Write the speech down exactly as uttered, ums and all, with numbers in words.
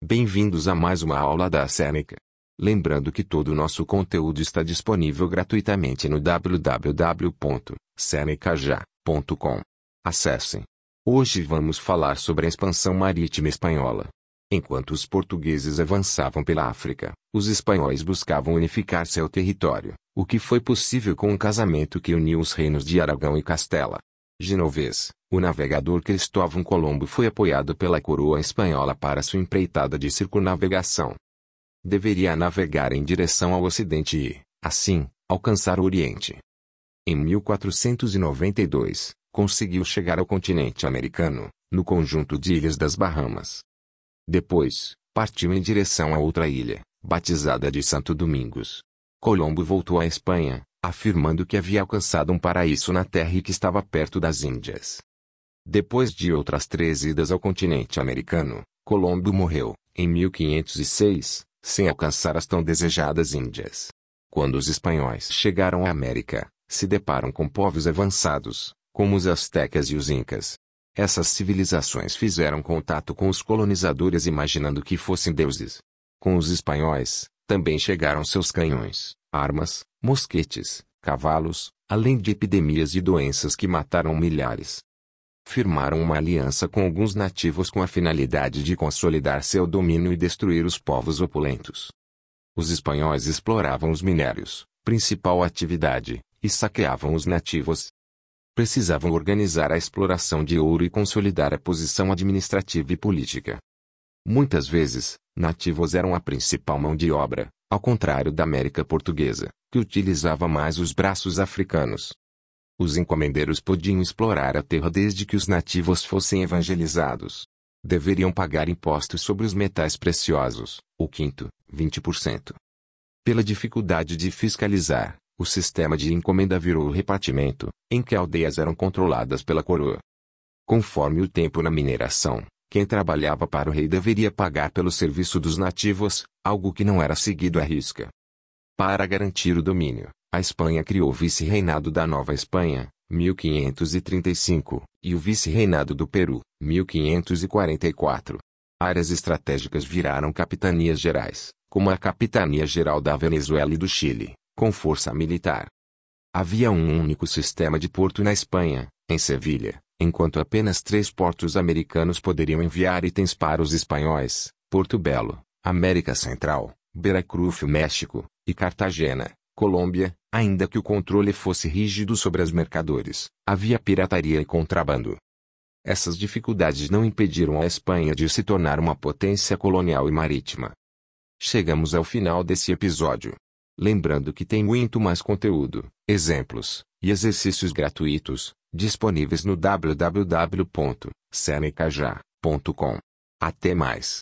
Bem-vindos a mais uma aula da Seneca. Lembrando que todo o nosso conteúdo está disponível gratuitamente no w w w ponto seneca já ponto com. Acessem. Hoje vamos falar sobre a expansão marítima espanhola. Enquanto os portugueses avançavam pela África, os espanhóis buscavam unificar seu território, o que foi possível com um casamento que uniu os reinos de Aragão e Castela. Genovês, o navegador Cristóvão Colombo foi apoiado pela coroa espanhola para sua empreitada de circunnavegação. Deveria navegar em direção ao ocidente e, assim, alcançar o Oriente. Em mil quatrocentos e noventa e dois, conseguiu chegar ao continente americano, no conjunto de ilhas das Bahamas. Depois, partiu em direção a outra ilha, batizada de Santo Domingos. Colombo voltou à Espanha, afirmando que havia alcançado um paraíso na terra e que estava perto das Índias. Depois de outras três idas ao continente americano, Colombo morreu, em mil quinhentos e seis, sem alcançar as tão desejadas Índias. Quando os espanhóis chegaram à América, se deparam com povos avançados, como os astecas e os incas. Essas civilizações fizeram contato com os colonizadores imaginando que fossem deuses. Com os espanhóis, também chegaram seus canhões, armas, mosquetes, cavalos, além de epidemias e doenças que mataram milhares. Firmaram uma aliança com alguns nativos com a finalidade de consolidar seu domínio e destruir os povos opulentos. Os espanhóis exploravam os minérios, principal atividade, e saqueavam os nativos. Precisavam organizar a exploração de ouro e consolidar a posição administrativa e política. Muitas vezes, nativos eram a principal mão de obra, ao contrário da América Portuguesa, que utilizava mais os braços africanos. Os encomendeiros podiam explorar a terra desde que os nativos fossem evangelizados. Deveriam pagar impostos sobre os metais preciosos, o quinto, vinte por cento. Pela dificuldade de fiscalizar, o sistema de encomenda virou o repartimento, em que aldeias eram controladas pela coroa. Conforme o tempo na mineração, quem trabalhava para o rei deveria pagar pelo serviço dos nativos, algo que não era seguido à risca. Para garantir o domínio, a Espanha criou o Vice-Reinado da Nova Espanha, mil quinhentos e trinta e cinco, e o Vice-Reinado do Peru, mil quinhentos e quarenta e quatro. Áreas estratégicas viraram capitanias gerais, como a Capitania Geral da Venezuela e do Chile, com força militar. Havia um único sistema de porto na Espanha, em Sevilha, enquanto apenas três portos americanos poderiam enviar itens para os espanhóis: Porto Belo, América Central, Veracruz, México, e Cartagena, Colômbia. Ainda que o controle fosse rígido sobre as mercadores, havia pirataria e contrabando. Essas dificuldades não impediram a Espanha de se tornar uma potência colonial e marítima. Chegamos ao final desse episódio. Lembrando que tem muito mais conteúdo, exemplos e exercícios gratuitos disponíveis no w w w ponto seneca já ponto com. Até mais!